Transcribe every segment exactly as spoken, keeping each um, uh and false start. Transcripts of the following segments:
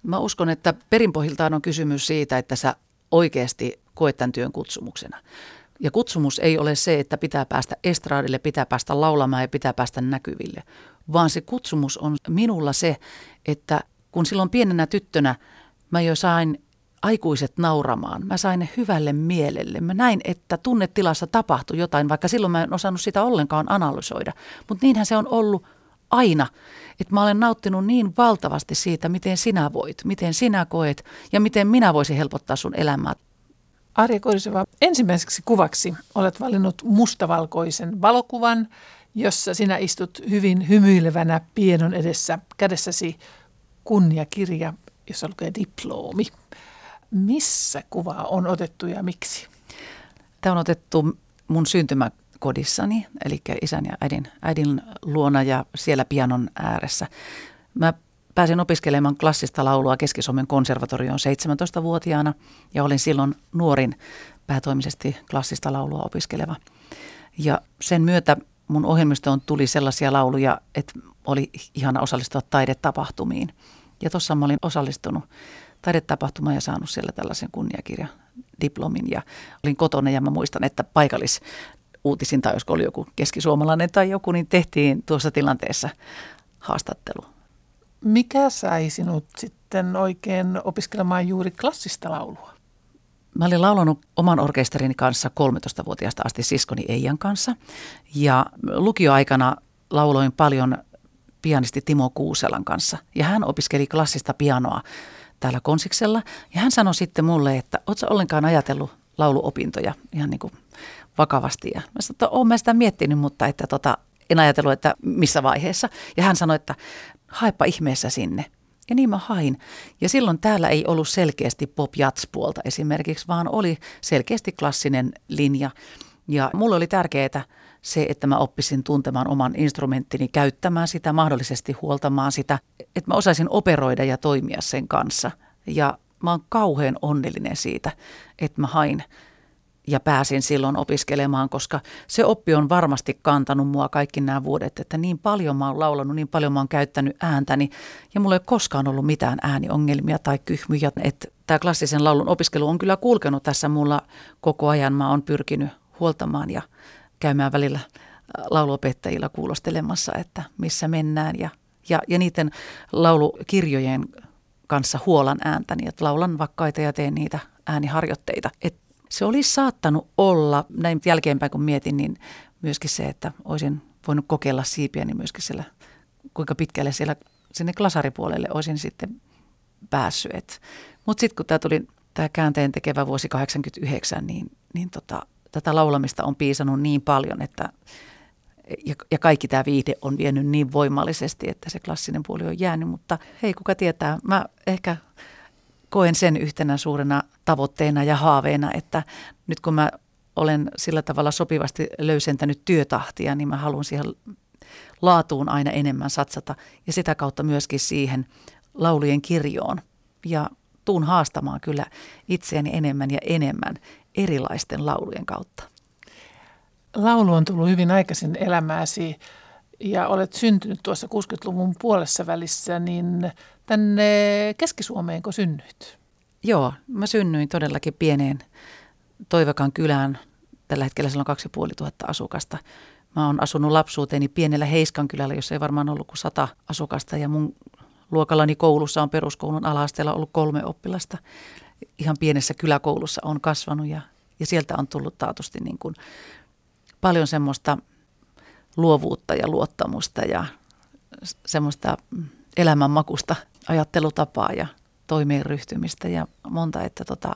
Mä uskon, että perinpohjiltaan on kysymys siitä, että sä oikeasti koet tämän työn kutsumuksena. Ja kutsumus ei ole se, että pitää päästä estraadille, pitää päästä laulamaan ja pitää päästä näkyville, vaan se kutsumus on minulla se, että kun silloin pienenä tyttönä mä jo sain aikuiset nauramaan, mä sain ne hyvälle mielelle. Mä näin, että tunnetilassa tapahtui jotain, vaikka silloin mä en osannut sitä ollenkaan analysoida. Mutta niinhän se on ollut aina, että mä olen nauttinut niin valtavasti siitä, miten sinä voit, miten sinä koet ja miten minä voisin helpottaa sun elämää. Arja Koriseva, ensimmäiseksi kuvaksi olet valinnut mustavalkoisen valokuvan, jossa sinä istut hyvin hymyilevänä pienon edessä, kädessäsi kunniakirja, jossa lukee diploomi. Missä kuva on otettu ja miksi? Tämä on otettu mun syntymäkodissani, eli isän ja äidin, äidin luona ja siellä pianon ääressä. Mä pääsin opiskelemaan klassista laulua Keski-Suomen konservatorioon seitsemäntoistavuotiaana ja olin silloin nuorin päätoimisesti klassista laulua opiskeleva. Ja sen myötä mun ohjelmistoon tuli sellaisia lauluja, että oli ihana osallistua taidetapahtumiin. Ja tuossa mä olin osallistunut taidetapahtumaan ja saanut siellä tällaisen kunniakirjadiplomin ja olin kotona ja mä muistan, että paikallisuutisin tai olisiko oli joku keskisuomalainen tai joku, niin tehtiin tuossa tilanteessa haastattelu. Mikä sai sinut sitten oikein opiskelemaan juuri klassista laulua? Mä olin laulanut oman orkesterini kanssa kolmetoistavuotiaasta asti siskoni Eijan kanssa ja lukioaikana lauloin paljon pianisti Timo Kuuselan kanssa ja hän opiskeli klassista pianoa täällä Konsiksella ja hän sanoi sitten mulle, että ootko sä ollenkaan ajatellut lauluopintoja ihan niin kuin vakavasti ja mä sanoin, että oon mä sitä miettinyt, mutta että tota, en ajatellut, että missä vaiheessa ja hän sanoi, että haepa ihmeessä sinne. Ja niin mä hain. Ja silloin täällä ei ollut selkeästi pop-jats-puolta esimerkiksi, vaan oli selkeästi klassinen linja. Ja mulle oli tärkeää se, että mä oppisin tuntemaan oman instrumenttini, käyttämään sitä, mahdollisesti huoltamaan sitä, että mä osaisin operoida ja toimia sen kanssa. Ja mä oon kauhean onnellinen siitä, että mä hain ja pääsin silloin opiskelemaan, koska se oppi on varmasti kantanut mua kaikki nämä vuodet, että niin paljon mä oon laulanut, niin paljon mä oon käyttänyt ääntäni ja mulla ei ole koskaan ollut mitään ääniongelmia tai kyhmyjä. Että tämä klassisen laulun opiskelu on kyllä kulkenut tässä mulla koko ajan. Mä oon pyrkinyt huoltamaan ja käymään välillä lauluopettajilla kuulostelemassa, että missä mennään ja, ja, ja niiden laulukirjojen kanssa huolan ääntäni, että laulan vakkaita ja teen niitä ääniharjoitteita. Et se olisi saattanut olla, näin jälkeenpäin kun mietin, niin myöskin se, että olisin voinut kokeilla siipiä, niin myöskin siellä, kuinka pitkälle siellä sinne glasaripuolelle olisin sitten päässyt. Mutta sitten kun tämä tuli tämä käänteen tekevä vuosi kahdeksankymmentäyhdeksän, niin, niin tota, tätä laulamista on piisannut niin paljon, että ja, ja kaikki tämä viihde on vienyt niin voimallisesti, että se klassinen puoli on jäänyt. Mutta hei, kuka tietää, mä ehkä koen sen yhtenä suurena tavoitteena ja haaveena, että nyt kun mä olen sillä tavalla sopivasti löysentänyt työtahtia, niin mä haluan siihen laatuun aina enemmän satsata ja sitä kautta myöskin siihen laulujen kirjoon. Ja tuun haastamaan kyllä itseäni enemmän ja enemmän erilaisten laulujen kautta. Laulu on tullut hyvin aikaisin elämääsi ja olet syntynyt tuossa kuusikymmentäluvun puolessa välissä, niin tänne Keski-Suomeenko synnyit? Joo, mä synnyin todellakin pieneen Toivakan kylään. Tällä hetkellä siellä on kaksi ja puoli tuhatta asukasta. Mä oon asunut lapsuuteni pienellä Heiskan kylällä, jossa ei varmaan ollut kuin sata asukasta. Ja mun luokallani koulussa on peruskoulun ala-asteella ollut kolme oppilasta. Ihan pienessä kyläkoulussa on kasvanut ja, ja sieltä on tullut taatusti niin kuin paljon semmoista luovuutta ja luottamusta ja semmoista elämänmakusta ajattelutapaa ja toimeen ryhtymistä ja monta, että tota,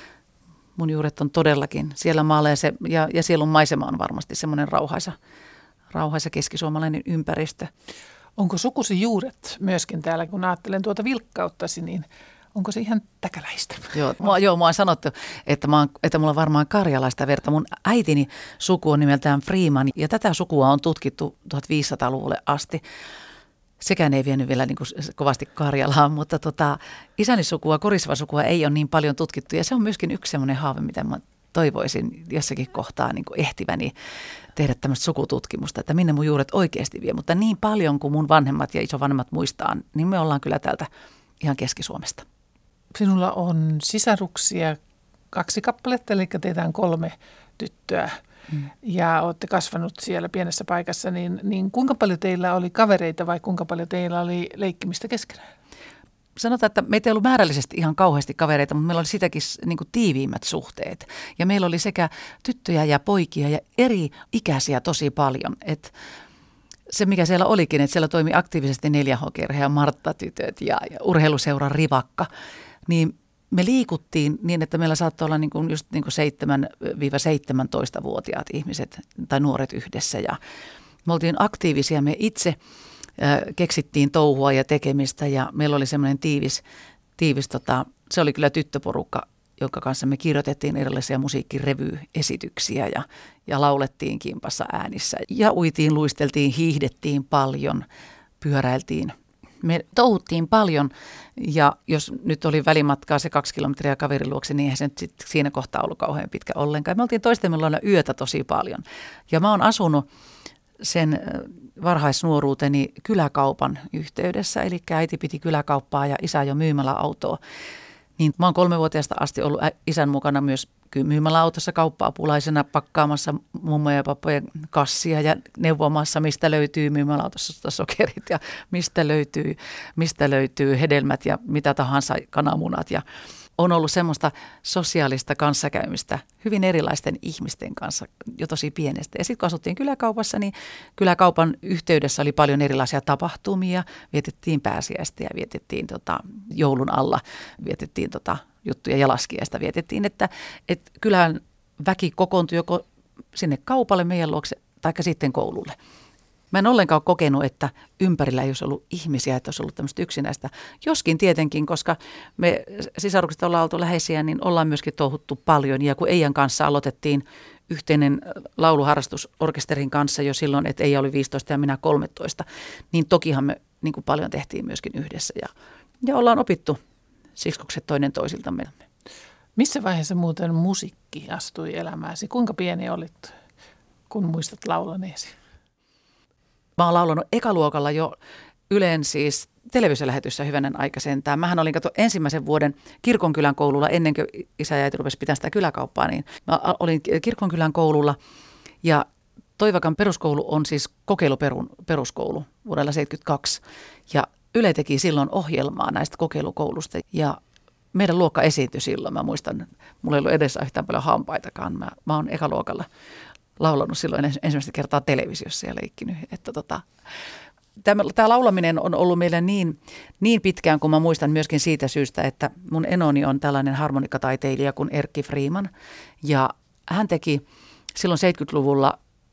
mun juuret on todellakin siellä maalla ja, se, ja, ja sielun maisema on varmasti semmoinen rauhaisa, rauhaisa keskisuomalainen ympäristö. Onko sukusi juuret myöskin täällä, kun ajattelen tuota vilkkauttasi, niin onko se ihan täkäläistä? Joo, mua, joo, mua on sanottu, että, mä oon, että mulla on varmaan karjalaista verta. Mun äitini suku on nimeltään Freeman ja tätä sukua on tutkittu tuhatviisisataaluvulle asti. Sekään ei vienyt vielä niin kuin kovasti Karjalaan, mutta tota, isäni sukua, Koriseva sukua ei ole niin paljon tutkittu ja se on myöskin yksi semmoinen haave, mitä mä toivoisin jossakin kohtaa niin kuin ehtiväni tehdä tämmöistä sukututkimusta, että minne mun juuret oikeasti vie. Mutta niin paljon kuin mun vanhemmat ja isovanhemmat muistaa, niin me ollaan kyllä täältä ihan Keski-Suomesta. Sinulla on sisaruksia kaksi kappaletta, eli teitä on kolme tyttöä. Mm. Ja olette kasvanut siellä pienessä paikassa, niin, niin kuinka paljon teillä oli kavereita vai kuinka paljon teillä oli leikkimistä keskenään? Sanotaan, että meitä ei ollut määrällisesti ihan kauheasti kavereita, mutta meillä oli sitäkin niin kuin tiiviimmät suhteet. Ja meillä oli sekä tyttöjä ja poikia ja eri ikäisiä tosi paljon. Et se, mikä siellä olikin, että siellä toimi aktiivisesti neljä H-kerhe ja Martta-tytöt ja, ja urheiluseuran Rivakka, niin me liikuttiin niin, että meillä saattoi olla niin kuin just niin kuin seitsemän-seitsemäntoista-vuotiaat ihmiset tai nuoret yhdessä. Ja me oltiin aktiivisia, me itse äh, keksittiin touhua ja tekemistä ja meillä oli semmoinen tiivis, tiivis tota, se oli kyllä tyttöporukka, jonka kanssa me kirjoitettiin erilaisia musiikkirevyesityksiä ja, ja laulettiin kimpassa äänissä. Ja uitiin, luisteltiin, hiihdettiin paljon, pyöräiltiin. Me touhuttiin paljon ja jos nyt oli välimatkaa se kaksi kilometriä kaverin luokse, niin eihän se nyt sit siinä kohtaa ollut kauhean pitkä ollenkaan. Me oltiin toistemme luona yötä tosi paljon ja mä oon asunut sen varhaisnuoruuteni kyläkaupan yhteydessä, eli äiti piti kyläkauppaa ja isä jo myymällä autoa. Niin mä oon kolmevuotiaasta asti ollut isän mukana myös myymäläautossa kauppa-apulaisena pakkaamassa mummoja ja pappojen kassia ja neuvomassa, mistä löytyy myymäläautossa sokerit ja mistä löytyy, mistä löytyy hedelmät ja mitä tahansa kananmunat. Ja on ollut semmoista sosiaalista kanssakäymistä hyvin erilaisten ihmisten kanssa jo tosi pienestä. Ja sitten kun asuttiin kyläkaupassa, niin kyläkaupan yhteydessä oli paljon erilaisia tapahtumia. Vietettiin pääsiäistä ja vietettiin tota, joulun alla, vietettiin tota, juttuja ja laskiaista. Vietettiin, että et kylän väki kokoontui joko sinne kaupalle meidän luokse tai sitten koululle. Mä en ollenkaan kokenut, että ympärillä ei olisi ollut ihmisiä, että olisi ollut tämmöistä yksinäistä. Joskin tietenkin, koska me sisarukset ollaan oltu läheisiä, niin ollaan myöskin touhuttu paljon. Ja kun Eijan kanssa aloitettiin yhteinen lauluharrastus orkesterin kanssa jo silloin, että Eija oli viisitoista ja minä kolmetoista, niin tokihan me niin kuin paljon tehtiin myöskin yhdessä. Ja, ja ollaan opittu siskokset toinen toisiltamme. Missä vaiheessa muuten musiikki astui elämääsi? Kuinka pieni olit, kun muistat laulaneesi? Mä oon laulanut ekaluokalla jo Ylen siis televisiolähetyssä hyvänen aika sentään. Mähän olin kato ensimmäisen vuoden Kirkonkylän koululla ennen kuin isä ja äiti rupesi pitämään sitä kyläkauppaa. Niin mä olin Kirkonkylän koululla ja Toivakan peruskoulu on siis kokeiluperun peruskoulu vuodella seitsemänkymmentäkaksi. Ja Yle teki silloin ohjelmaa näistä kokeilukoulusta ja meidän luokka esiintyi silloin. Mä muistan, mulla ei ollut edessä yhtään paljon hampaitakaan. Mä, mä oon ekaluokalla laulanut silloin ensimmäistä kertaa televisiossa ja leikkinyt. Että tota, tämä, tämä laulaminen on ollut meillä niin, niin pitkään, kun mä muistan myöskin siitä syystä, että mun enoni on tällainen harmonikataiteilija kuin Erkki Freeman. Ja hän teki silloin seitsemänkymmentäluvulla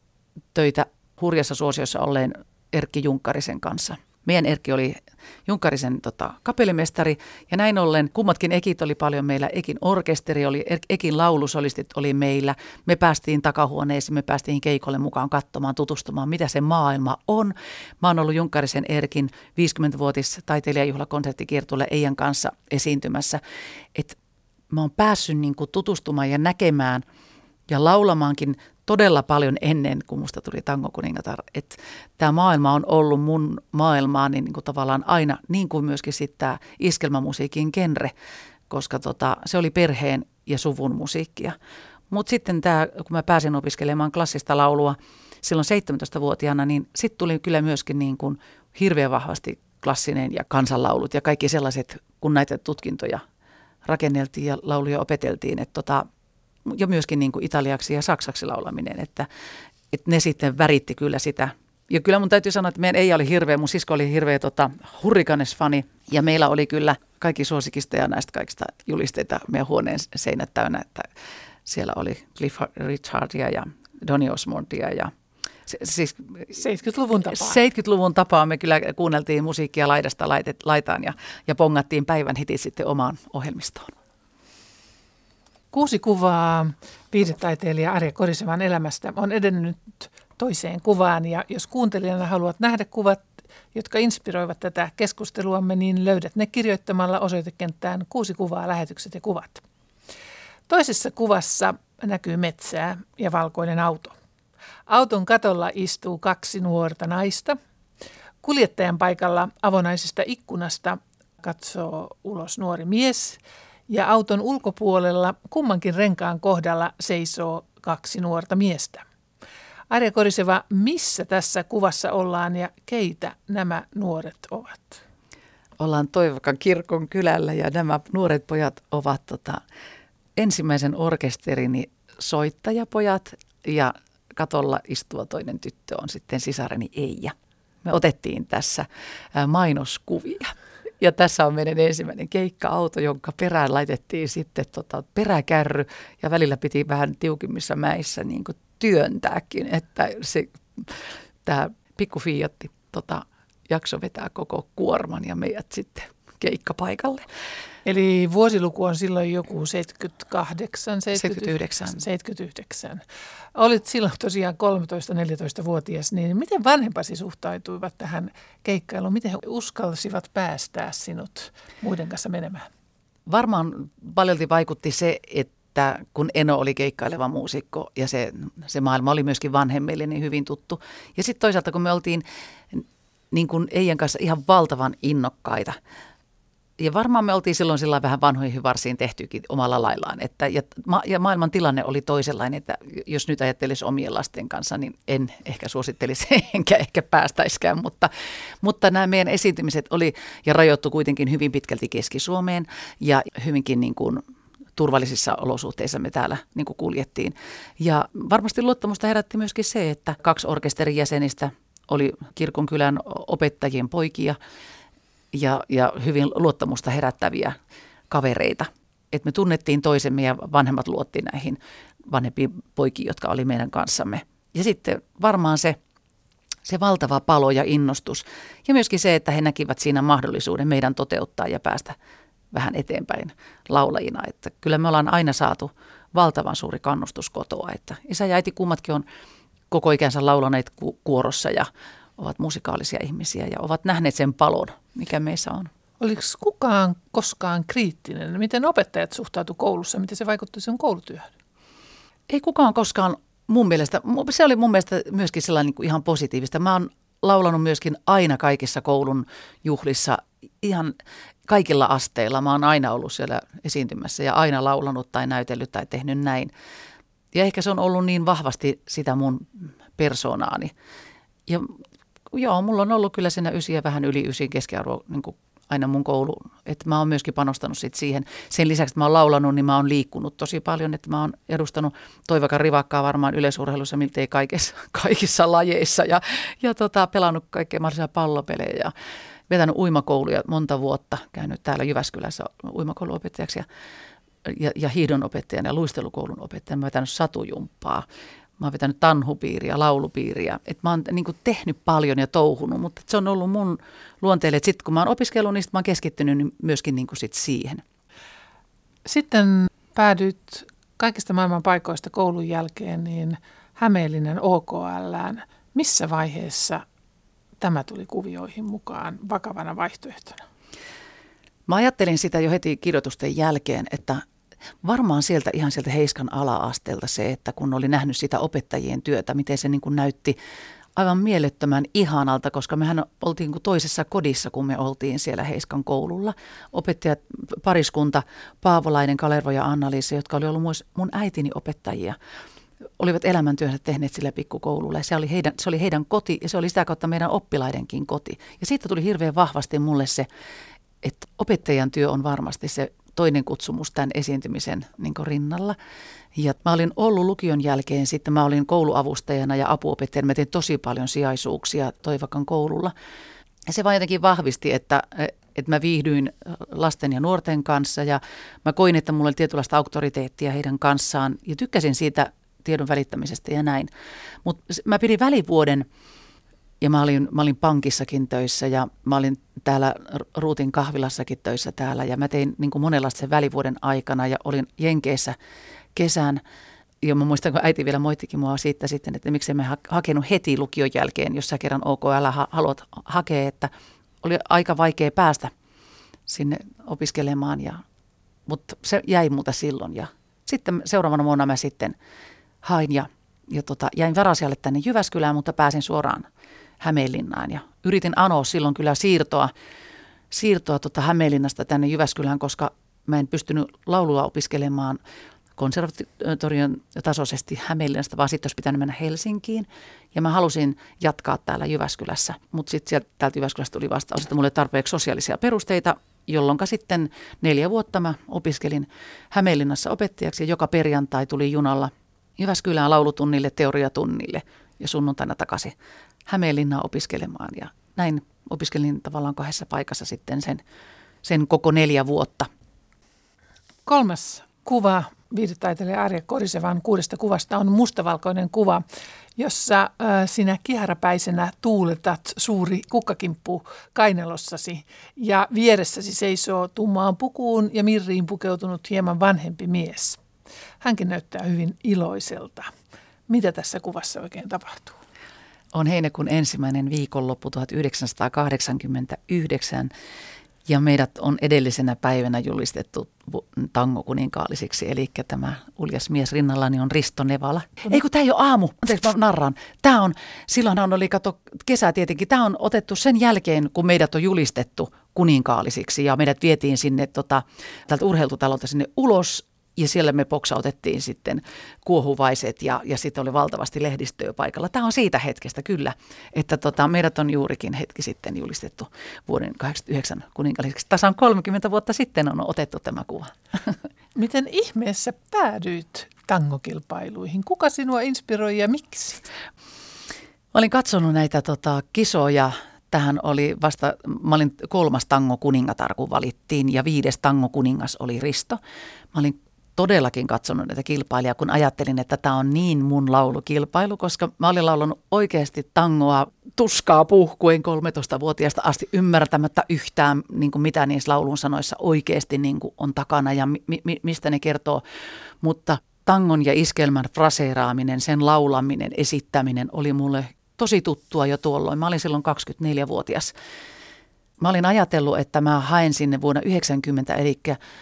töitä hurjassa suosiossa olleen Erkki Junkkarisen kanssa. Meidän Erkki oli Junkkarisen tota, kapellimestari ja näin ollen kummatkin ekit oli paljon meillä. Ekin orkesteri oli, Ekin laulusolistit oli meillä. Me päästiin takahuoneeseen, me päästiin keikolle mukaan katsomaan, tutustumaan, mitä se maailma on. Mä oon ollut Junkkarisen Erkin viisikymmentävuotis taiteilijajuhlakonserttikiertueelle Eijan kanssa esiintymässä. Et mä oon päässyt niin kuin tutustumaan ja näkemään ja laulamaankin todella paljon ennen kuin musta tuli Tango kuningatar. Että tämä maailma on ollut mun maailmaa niin, niin kuin tavallaan aina, niin kuin myöskin sitten tämä iskelmämusiikin genre, koska tota, se oli perheen ja suvun musiikkia. Mutta sitten tämä, kun mä pääsin opiskelemaan klassista laulua silloin seitsemäntoistavuotiaana, niin sitten tuli kyllä myöskin niin kuin hirveän vahvasti klassinen ja kansanlaulut ja kaikki sellaiset, kun näitä tutkintoja rakenneltiin ja lauluja opeteltiin, että tota, ja myöskin niin kuin italiaksi ja saksaksi laulaminen, että, että ne sitten väritti kyllä sitä. Ja kyllä mun täytyy sanoa, että meidän Eija oli hirveä, mun sisko oli hirveä tota, Hurricanes-fani ja meillä oli kyllä kaikki suosikista ja näistä kaikista julisteita meidän huoneen seinät täynnä, että siellä oli Cliff Richardia ja Donny Osmondia ja siis seitsemänkymmentäluvun tapaa. seitsemänkymmentäluvun tapaa me kyllä kuunneltiin musiikkia laidasta laitet, laitaan ja, ja pongattiin päivän hitit sitten omaan ohjelmistoon. Kuusi kuvaa viihdetaiteilija Arja Korisevan elämästä on edennyt toiseen kuvaan ja jos kuuntelijana haluat nähdä kuvat, jotka inspiroivat tätä keskusteluamme, niin löydät ne kirjoittamalla osoitekenttään kuusi kuvaa, lähetykset ja kuvat. Toisessa kuvassa näkyy metsää ja valkoinen auto. Auton katolla istuu kaksi nuorta naista. Kuljettajan paikalla avonaisesta ikkunasta katsoo ulos nuori mies ja auton ulkopuolella kummankin renkaan kohdalla seisoo kaksi nuorta miestä. Arja Koriseva, missä tässä kuvassa ollaan ja keitä nämä nuoret ovat? Ollaan Toivakan kirkon kylällä ja nämä nuoret pojat ovat tota, ensimmäisen orkesterini soittajapojat ja katolla istuva toinen tyttö on sitten sisareni Eija. Me otettiin tässä mainoskuvia. Ja tässä on meidän ensimmäinen keikka-auto, jonka perään laitettiin sitten tota peräkärry ja välillä piti vähän tiukimmissa mäissä niin kuin työntääkin, että se, tämä pikku Fiatti tota, jakso vetää koko kuorman ja meidät sitten keikkapaikalle. Eli vuosiluku on silloin joku seitsemänkymmentäkahdeksan, seitsemänkymmentäyhdeksän. seitsemänkymmentäyhdeksän. Olit silloin tosiaan kolmetoista-neljätoista-vuotias, niin miten vanhempasi suhtautuivat tähän keikkailuun? Miten he uskalsivat päästää sinut muiden kanssa menemään? Varmaan paljolti vaikutti se, että kun Eno oli keikkaileva muusikko ja se, se maailma oli myöskin vanhemmille niin hyvin tuttu. Ja sitten toisaalta kun me oltiin niin kuin Eijan kanssa ihan valtavan innokkaita. Ja varmaan me oltiin silloin sillä vähän vanhoihin varsiin tehtykin omalla laillaan. Että, ja, ma, ja maailman tilanne oli toisenlainen, että jos nyt ajattelisi omien lasten kanssa, niin en ehkä suosittelisi, enkä ehkä päästäiskään. Mutta, mutta nämä meidän esiintymiset oli ja rajoittu kuitenkin hyvin pitkälti Keski-Suomeen ja hyvinkin niin kuin turvallisissa olosuhteissa me täällä niin kuin kuljettiin. Ja varmasti luottamusta herätti myöskin se, että kaksi orkesterin jäsenistä oli kirkonkylän opettajien poikia. Ja, ja hyvin luottamusta herättäviä kavereita. Et me tunnettiin toisemme ja vanhemmat luotti näihin vanhempiin poikiin, jotka oli meidän kanssamme. Ja sitten varmaan se, se valtava palo ja innostus. Ja myöskin se, että he näkivät siinä mahdollisuuden meidän toteuttaa ja päästä vähän eteenpäin laulajina. Että kyllä me ollaan aina saatu valtavan suuri kannustus kotoa. Että isä ja äiti kummatkin on koko ikänsä laulaneet ku- kuorossa ja ovat musikaalisia ihmisiä ja ovat nähneet sen palon, mikä meissä on. Oliko kukaan koskaan kriittinen? Miten opettajat suhtautuivat koulussa? Miten se vaikutti sinun koulutyöhön? Ei kukaan koskaan mun mielestä. Se oli mun mielestä myöskin sellainen niin kuin ihan positiivista. Mä oon laulanut myöskin aina kaikissa koulun juhlissa, ihan kaikilla asteilla. Mä oon aina ollut siellä esiintymässä ja aina laulanut tai näytellyt tai tehnyt näin. Ja ehkä se on ollut niin vahvasti sitä mun persoonaani. Ja joo, mulla on ollut kyllä siinä ysi ja vähän yli ysin keskiarvo niin kuin aina mun koulu. Että mä oon myöskin panostanut sit siihen. Sen lisäksi, että mä oon laulanut, niin mä oon liikkunut tosi paljon. Että mä oon edustanut Toivakan rivakkaa varmaan yleisurheilussa miltei kaikissa, kaikissa lajeissa. Ja, ja tota, pelannut kaikkea mahdollisia pallopelejä ja vetänyt uimakouluja monta vuotta. Käynyt täällä Jyväskylässä uimakouluopettajaksi ja, ja, ja hiihdonopettajana ja luistelukoulun opettajana. Mä oon vetänyt satujumppaa. Mä oon vetänyt tanhupiiriä, laulupiiriä. Et mä oon niin kuin tehnyt paljon ja touhunut, mutta se on ollut mun luonteelle. Sitten kun mä oon opiskellut, niin sit mä oon keskittynyt myöskin niin kuin sit siihen. Sitten päädyit kaikista maailman paikoista koulun jälkeen niin Hämeenlinnan O K L:ään. Missä vaiheessa tämä tuli kuvioihin mukaan vakavana vaihtoehtona? Mä ajattelin sitä jo heti kirjoitusten jälkeen, että varmaan sieltä ihan sieltä Heiskan ala-asteelta se, että kun oli nähnyt sitä opettajien työtä, miten se niin kuin näytti aivan mielettömän ihanalta, koska mehän oltiin kuin toisessa kodissa, kun me oltiin siellä Heiskan koululla. Opettajat, pariskunta, Paavolainen, Kalervo ja Anna-Liisa, jotka oli ollut myös mun äitini opettajia, olivat elämäntyönsä tehneet sillä pikkukoululla. Se oli, heidän, se oli heidän koti ja se oli sitä kautta meidän oppilaidenkin koti. Ja siitä tuli hirveän vahvasti mulle se, että opettajan työ on varmasti se toinen kutsumus tämän esiintymisen niin kuin rinnalla. Ja mä olin ollut lukion jälkeen, sitten mä olin kouluavustajana ja apuopettajana. Mä tein tosi paljon sijaisuuksia Toivakan koululla. Ja se vaan jotenkin vahvisti, että, että mä viihdyin lasten ja nuorten kanssa ja mä koin, että mulla oli tietynlaista auktoriteettia heidän kanssaan ja tykkäsin siitä tiedon välittämisestä ja näin. Mutta mä pidin välivuoden ja mä olin, mä olin pankissakin töissä ja mä olin täällä Ruutin kahvilassakin töissä täällä ja mä tein niin kuin monenlaista sen välivuoden aikana ja olin Jenkeissä kesän. Ja mä muistan, kun äiti vielä moittikin mua siitä sitten, että miksi mä ha- hakenut heti lukion jälkeen, jos sä kerran O K L ha- haluat hakea, että oli aika vaikea päästä sinne opiskelemaan, ja, mutta se jäi multa silloin. Ja sitten seuraavana vuonna mä sitten hain ja, ja tota, jäin varasijalle tänne Jyväskylään, mutta pääsin suoraan Hämeenlinnaan ja yritin anoa silloin kyllä siirtoa siirtoa tota Hämeenlinnasta tänne Jyväskylään, koska mä en pystynyt laulua opiskelemaan konservatorion tasoisesti Hämeenlinnasta, vaan sitten olisi pitänyt mennä Helsinkiin. Ja mä halusin jatkaa täällä Jyväskylässä, mutta sitten sieltä täältä Jyväskylästä tuli vastaus, että mulle tarpeeksi sosiaalisia perusteita, jolloin sitten neljä vuotta mä opiskelin Hämeenlinnassa opettajaksi ja joka perjantai tuli junalla Jyväskylään laulutunnille, teoriatunnille ja sunnuntaina takaisin Hämeenlinnaan opiskelemaan. Ja näin opiskelin tavallaan kahdessa paikassa sitten sen, sen koko neljä vuotta. Kolmas kuva viihdetaiteilija Arja Korisevan kuudesta kuvasta on mustavalkoinen kuva, jossa äh, sinä kiharapäisenä tuuletat suuri kukkakimppu kainalossasi ja vieressäsi seisoo tummaan pukuun ja mirriin pukeutunut hieman vanhempi mies. Hänkin näyttää hyvin iloiselta. Mitä tässä kuvassa oikein tapahtuu? On heinäkuun ensimmäinen viikonloppu tuhatyhdeksänsataakahdeksankymmentäyhdeksän ja meidät on edellisenä päivänä julistettu tangokuninkaallisiksi. Eli tämä uljas mies rinnallani on Risto Nevala. Ei kun tämä ei ole aamu, anteeksi mä narraan. Tämä on, silloinhan oli kato kesä tietenkin, tämä on otettu sen jälkeen, kun meidät on julistettu kuninkaallisiksi ja meidät vietiin sinne tota, tältä urheilutalolta sinne ulos. Ja siellä me poksautettiin sitten kuohuvaiset ja, ja sitten oli valtavasti lehdistöä paikalla. Tämä on siitä hetkestä kyllä, että tota, meidät on juurikin hetki sitten julistettu vuoden kahdeksankymmentäyhdeksän kuninkaalliseksi. Tasan kolmekymmentä vuotta sitten on otettu tämä kuva. Miten ihmeessä päädyit tangokilpailuihin? Kuka sinua inspiroi ja miksi? Mä olin katsonut näitä tota, kisoja. Tähän oli vasta, mä olin kolmas tangokuningatar, kun valittiin ja viides tangokuningas oli Risto. Mä olin todellakin katsonut näitä kilpailijaa, kun ajattelin, että tämä on niin mun laulukilpailu, koska mä olin laulanut oikeasti tangoa tuskaa puhkuen kolmetoistavuotiaasta asti ymmärtämättä yhtään, niin kuin mitä niissä laulun sanoissa oikeasti niin kuin on takana ja mi- mi- mistä ne kertoo. Mutta tangon ja iskelmän fraseeraaminen, sen laulaminen, esittäminen oli mulle tosi tuttua jo tuolloin. Mä olin silloin kaksikymmentäneljävuotias. Mä olin ajatellut, että mä haen sinne vuonna yhdeksänkymmentä, eli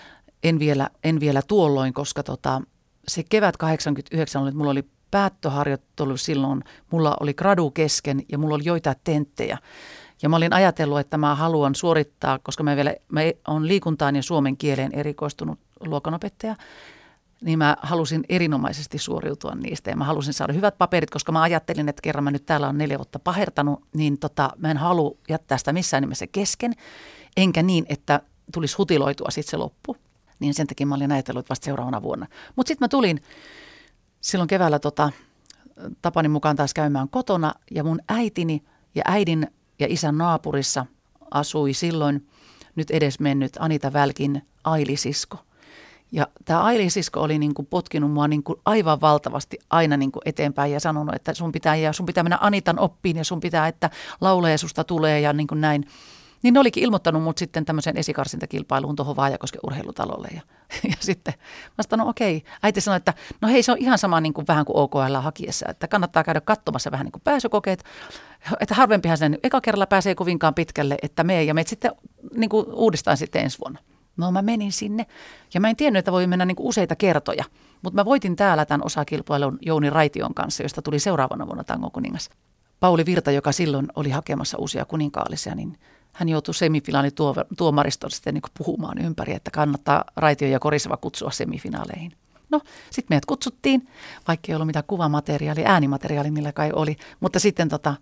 En vielä, en vielä tuolloin, koska tota, se kevät kahdeksankymmentäyhdeksän oli, että mulla oli päättöharjoittelu silloin, mulla oli gradu kesken ja mulla oli joitain tenttejä. Ja mä olin ajatellut, että mä haluan suorittaa, koska mä vielä mä olen liikuntaan ja suomen kieleen erikoistunut luokanopettaja, niin mä halusin erinomaisesti suoriutua niistä ja mä halusin saada hyvät paperit, koska mä ajattelin, että kerran mä nyt täällä on neljä vuotta pahertanut, niin tota, mä en halua jättää sitä missään nimessä kesken, enkä niin, että tulisi hutiloitua sitten se loppu. Niin sen takia mä olin ajatellut vasta seuraavana vuonna. Mutta sitten mä tulin silloin keväällä tota, tapani mukaan taas käymään kotona ja mun äitini ja äidin ja isän naapurissa asui silloin nyt edesmennyt Anita Välkin Aili-sisko. Ja tämä Aili-sisko oli niinku potkinut mua niinku aivan valtavasti aina niinku eteenpäin ja sanonut, että sun pitää, ja sun pitää mennä Anitan oppiin ja sun pitää, että lauleja susta tulee ja niin kuin näin. Niin ne olikin ilmoittanut mut sitten tämmöiseen esikarsintakilpailuun tuohon Vaajakosken urheilutalolle. Ja, ja sitten mä sanoin, no okei. Äiti sanoi, että no hei, se on ihan sama niin kuin vähän kuin O K L hakiessa, että kannattaa käydä katsomassa vähän niin kuin pääsykokeet. Että harvempihan sen eka kerralla pääsee kovinkaan pitkälle, että me ja me sitten niin kuin uudestaan sitten ensi vuonna. No mä menin sinne ja mä en tiennyt, että voi mennä niin kuin useita kertoja. Mutta mä voitin täällä tämän osakilpailun Jouni Raition kanssa, josta tuli seuraavana vuonna tangokuningas. Pauli Virta, joka silloin oli hakemassa uusia kuninkaallisia, niin hän joutui semifinaalituomariston sitten niin kuin puhumaan ympäri, että kannattaa Raitio ja Koriseva kutsua semifinaaleihin. No, sitten meidät kutsuttiin, vaikka ei ollut mitään kuvamateriaalia, äänimateriaalia, millä kai oli. Mutta sitten tota,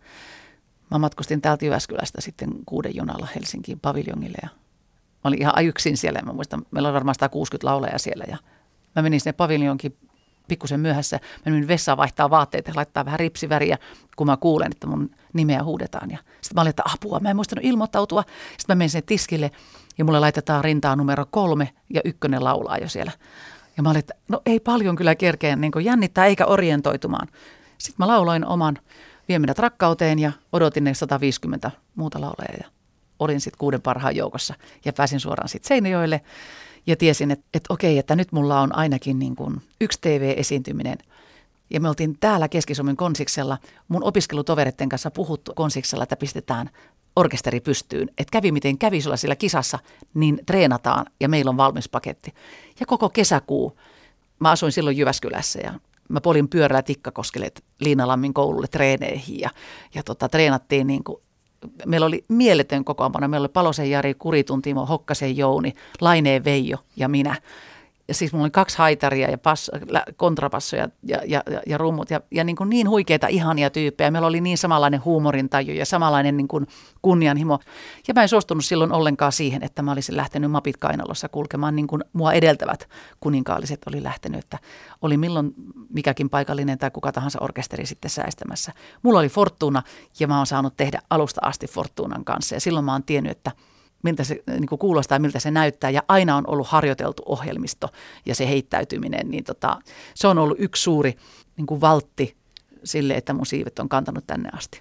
mä matkustin täältä Jyväskylästä sitten kuuden junalla Helsinkiin paviljongille ja mä olin ihan yksin siellä. Mä muistan, meillä oli varmaan sata kuusikymmentä laulajaa siellä ja mä menin sinne paviljonkin pikkusen myöhässä. Mä menin vessaan vaihtaa vaatteita ja laittaa vähän ripsiväriä, kun mä kuulen, että mun nimeä huudetaan. Ja sitten mä olin, että apua, mä en muistanut ilmoittautua. Sitten mä menin sinne tiskille ja mulle laitetaan rintaan numero kolme ja ykkönen laulaa jo siellä. Ja mä olin, että no ei paljon kyllä kerkeä niin kuin jännittää eikä orientoitumaan. Sitten mä lauloin oman Vie minät rakkauteen ja odotin ne sata viisikymmentä muuta laulajaa. Ja olin sitten kuuden parhaan joukossa ja pääsin suoraan sitten Seinäjoelle. Ja tiesin, että, että okei, että nyt mulla on ainakin niin kuin yksi T V-esiintyminen. Ja me oltiin täällä Keski-Suomen Konsiksella, mun opiskelutovereiden kanssa puhuttu Konsiksella, että pistetään orkesteri pystyyn. Että kävi miten kävi sulla sillä kisassa, niin treenataan ja meillä on valmis paketti. Ja koko kesäkuu, mä asuin silloin Jyväskylässä ja mä polin pyörällä Tikkakoskelle Liinalammin koululle treeneihin ja, ja tota, treenattiin niin kuin meillä oli mieletön kokoonpano. Meillä oli Palosen Jari, Kuritun Timo, Hokkasen Jouni, Laineen Veijo ja minä. Ja siis mulla oli kaksi haitaria ja pass, kontrapassoja ja, ja, ja, ja rummut ja, ja niin, kuin niin huikeita, ihania tyyppejä. Meillä oli niin samanlainen huumorintaju ja samanlainen niin kuin kunnianhimo. Ja mä en suostunut silloin ollenkaan siihen, että mä olisin lähtenyt mapit kainalossa kulkemaan niin kuin mua edeltävät kuninkaalliset oli lähtenyt. Että oli milloin mikäkin paikallinen tai kuka tahansa orkesteri sitten säestämässä. Mulla oli Fortuna ja mä oon saanut tehdä alusta asti Fortunan kanssa ja silloin mä oon tiennyt, että miltä se niin kuin kuulostaa, miltä se näyttää. Ja aina on ollut harjoiteltu ohjelmisto ja se heittäytyminen. Niin tota, se on ollut yksi suuri niin kuin valtti sille, että mun siivet on kantanut tänne asti.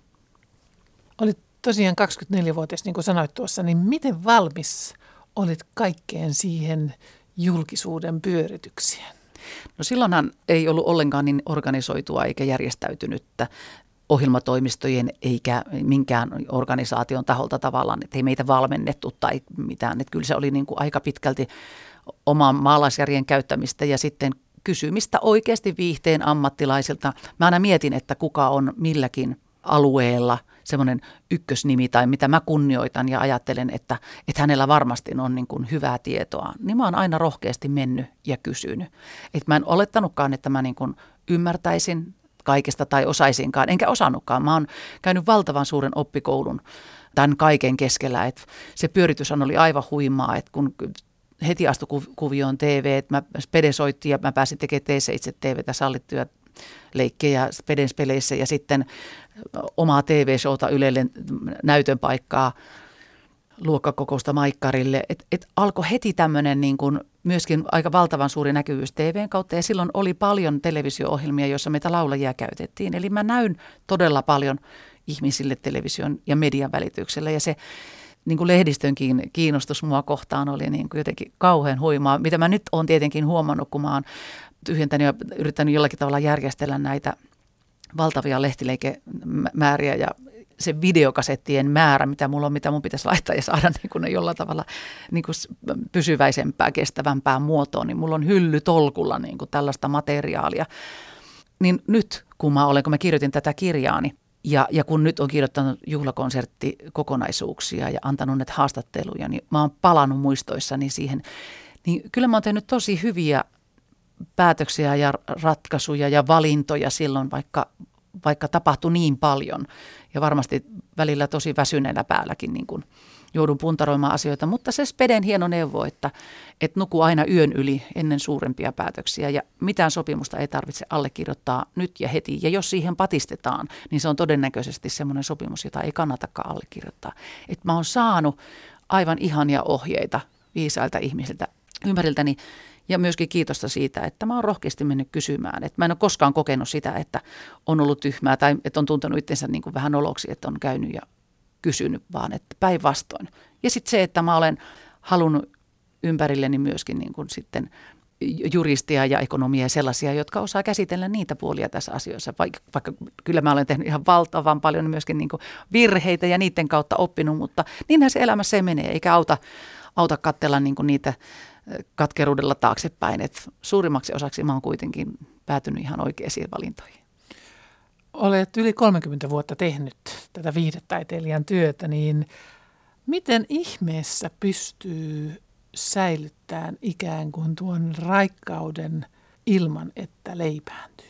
Olit tosiaan kaksikymmentäneljävuotias, niin kuin sanoit tuossa, niin miten valmis olit kaikkeen siihen julkisuuden pyöritykseen? No silloinhan ei ollut ollenkaan niin organisoitua eikä järjestäytynyttä ohjelmatoimistojen eikä minkään organisaation taholta tavallaan, että ei meitä valmennettu tai mitään. Että kyllä se oli niin kuin aika pitkälti oman maalaisjärjen käyttämistä ja sitten kysymistä oikeasti viihteen ammattilaisilta. Mä aina mietin, että kuka on milläkin alueella semmoinen ykkösnimi tai mitä mä kunnioitan ja ajattelen, että, että hänellä varmasti on niin kuin hyvää tietoa. Niin mä oon aina rohkeasti mennyt ja kysynyt. Että mä en olettanutkaan, että mä niin kuin ymmärtäisin kaikesta tai osaisinkaan, enkä osannutkaan. Mä oon käynyt valtavan suuren oppikoulun tämän kaiken keskellä. Et se pyörityshän oli aivan huimaa, että kun heti astui kuvioon T V, että mä Spede soitti ja mä pääsin tekemään T seitsemän T V:tä sallittuja leikkejä Speden peleissä ja sitten omaa T V-showta Ylelle näytön paikkaa luokkakokousta Maikkarille. Et, et alkoi heti tämmöinen niin kuin myöskin aika valtavan suuri näkyvyys T V:n kautta ja silloin oli paljon televisio-ohjelmia, joissa meitä laulajia käytettiin. Eli mä näyn todella paljon ihmisille television ja median välityksellä ja se niin kuin lehdistönkin kiinnostus mua kohtaan oli niin kuin jotenkin kauhean huimaa, mitä mä nyt olen tietenkin huomannut, kun mä oon tyhjentänyt ja yrittänyt jollakin tavalla järjestellä näitä valtavia lehtileikemääriä ja se videokasettien määrä, mitä mulla on, mitä mun pitäisi laittaa ja saada niin kuin ne jollain tavalla niin kuin pysyväisempää, kestävämpää muotoa, niin mulla on hylly tolkulla niin kuin tällaista materiaalia. Niin nyt, kun mä olen, kun mä kirjoitin tätä kirjaani, ja, ja kun nyt on kirjoittanut juhlakonserttikokonaisuuksia ja antanut näitä haastatteluja, niin mä oon palannut muistoissani siihen, niin kyllä mä oon tehnyt tosi hyviä päätöksiä ja ratkaisuja ja valintoja silloin, vaikka, vaikka tapahtui niin paljon. Ja varmasti välillä tosi väsyneellä päälläkin niin kun joudun puntaroimaan asioita, mutta se Speden hieno neuvo, että, että nuku aina yön yli ennen suurempia päätöksiä ja mitään sopimusta ei tarvitse allekirjoittaa nyt ja heti. Ja jos siihen patistetaan, niin se on todennäköisesti semmoinen sopimus, jota ei kannatakaan allekirjoittaa. Että mä oon saanut aivan ihania ohjeita viisailta ihmisiltä ympäriltäni ja myöskin kiitosta siitä, että mä oon rohkeasti mennyt kysymään. Että mä en ole koskaan kokenut sitä, että on ollut tyhmää tai että on tuntenut itsensä niin kuin vähän oloksi, että on käynyt ja kysynyt, vaan että päinvastoin. Ja sitten se, että mä olen halunnut ympärilleni myöskin niin kuin sitten juristia ja ekonomia ja sellaisia, jotka osaa käsitellä niitä puolia tässä asioissa. Vaikka, vaikka kyllä mä olen tehnyt ihan valtavan paljon myöskin niin kuin virheitä ja niiden kautta oppinut, mutta niinhän se elämässä ei mene, eikä auta, auta katsella niin kuin niitä katkeruudella taaksepäin. Et suurimmaksi osaksi mä oon kuitenkin päätynyt ihan oikeisiin valintoihin. Olet yli kolmekymmentä vuotta tehnyt tätä viihdetaiteilijan työtä, niin miten ihmeessä pystyy säilyttämään ikään kuin tuon raikkauden ilman, että leipääntyy?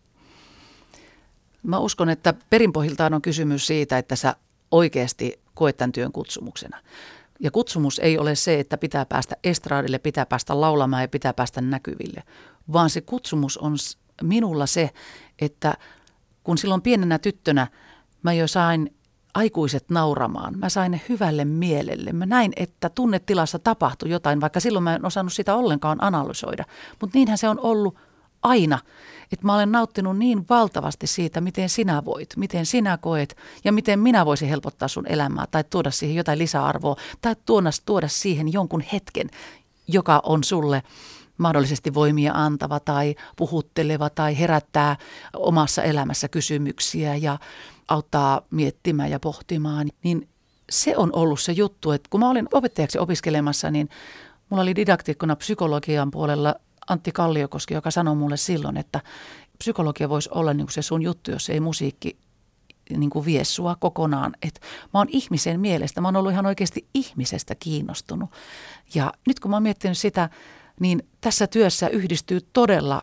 Mä uskon, että perinpohjiltaan on kysymys siitä, että sä oikeasti koet tämän työn kutsumuksena. Ja kutsumus ei ole se, että pitää päästä estraadille, pitää päästä laulamaan ja pitää päästä näkyville, vaan se kutsumus on minulla se, että kun silloin pienenä tyttönä mä jo sain aikuiset nauramaan, mä sain ne hyvälle mielelle. Mä näin, että tunnetilassa tapahtui jotain, vaikka silloin mä en osannut sitä ollenkaan analysoida. Mutta niinhän se on ollut aina, että mä olen nauttinut niin valtavasti siitä, miten sinä voit, miten sinä koet ja miten minä voisin helpottaa sun elämää tai tuoda siihen jotain lisäarvoa tai tuoda, tuoda siihen jonkun hetken, joka on sulle mahdollisesti voimia antava tai puhutteleva tai herättää omassa elämässä kysymyksiä ja auttaa miettimään ja pohtimaan. Niin se on ollut se juttu, että kun mä olin opettajaksi opiskelemassa, niin mulla oli didaktiikkona psykologian puolella Antti Kalliokoski, joka sanoi mulle silloin, että psykologia voisi olla niin kuin se sun juttu, jos ei musiikki niin kuin vie sua kokonaan. Et mä oon ihmisen mielestä, mä oon ollut ihan oikeasti ihmisestä kiinnostunut. Ja nyt kun mä oon miettinyt sitä, niin tässä työssä yhdistyy todella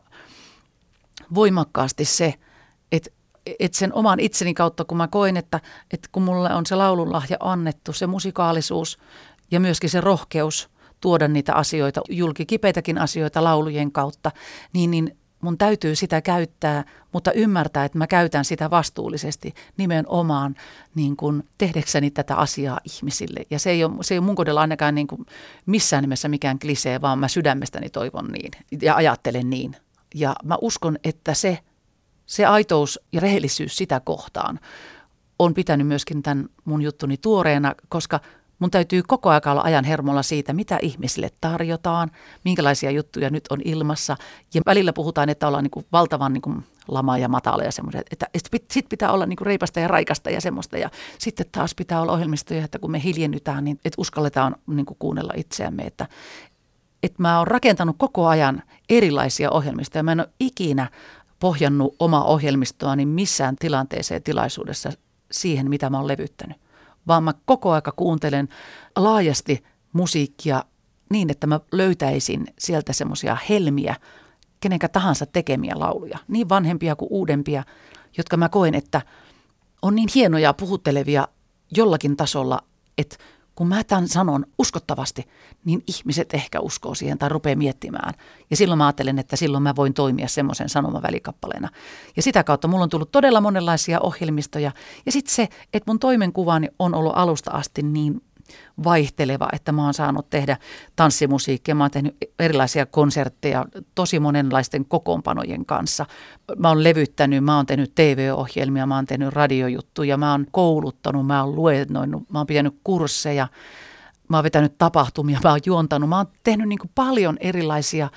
voimakkaasti se, että että sen oman itseni kautta, kun mä koen, että, että kun mulle on se laulunlahja annettu, se musikaalisuus ja myöskin se rohkeus tuoda niitä asioita, julki kipeitäkin asioita laulujen kautta, niin, niin mun täytyy sitä käyttää, mutta ymmärtää, että mä käytän sitä vastuullisesti nimenomaan niin kuin tehdäkseni tätä asiaa ihmisille. Ja se ei ole, se ei ole mun kohdalla ainakaan niin kuin missään nimessä mikään klisee, vaan mä sydämestäni toivon niin ja ajattelen niin. Ja mä uskon, että se Se aitous ja rehellisyys sitä kohtaan on pitänyt myöskin tämän mun juttuni tuoreena, koska mun täytyy koko ajan olla ajan hermolla siitä, mitä ihmisille tarjotaan, minkälaisia juttuja nyt on ilmassa. Ja välillä puhutaan, että ollaan niin kuin valtavan niin kuin lama ja matala ja semmoisia, että sitten pitää olla niin kuin reipasta ja raikasta ja semmoista. Ja sitten taas pitää olla ohjelmistoja, että kun me hiljennytään, niin että uskalletaan niin kuin kuunnella itseämme, että että mä oon rakentanut koko ajan erilaisia ohjelmistoja. Mä en ole ikinä pohjannut omaa ohjelmistoani missään tilanteeseen tilaisuudessa siihen, mitä mä oon levyttänyt. Vaan mä koko aika kuuntelen laajasti musiikkia niin, että mä löytäisin sieltä semmoisia helmiä, kenenkä tahansa tekemiä lauluja. Niin vanhempia kuin uudempia, jotka mä koen, että on niin hienoja puhuttelevia jollakin tasolla, että kun mä tämän sanon uskottavasti, niin ihmiset ehkä uskoo siihen tai rupeaa miettimään. Ja silloin mä ajattelen, että silloin mä voin toimia semmoisen sanoman välikappaleena. Ja sitä kautta mulla on tullut todella monenlaisia ohjelmistoja. Ja sitten se, että mun toimenkuvani on ollut alusta asti niin vaihteleva, että mä oon saanut tehdä tanssimusiikkia, mä oon tehnyt erilaisia konsertteja tosi monenlaisten kokoonpanojen kanssa. Mä oon levyttänyt, mä oon tehnyt T V-ohjelmia, mä oon tehnyt radiojuttuja, mä oon kouluttanut, mä oon luennoinut, mä oon pitänyt kursseja, mä oon vetänyt tapahtumia, mä oon juontanut, mä oon tehnyt niin kuin paljon erilaisia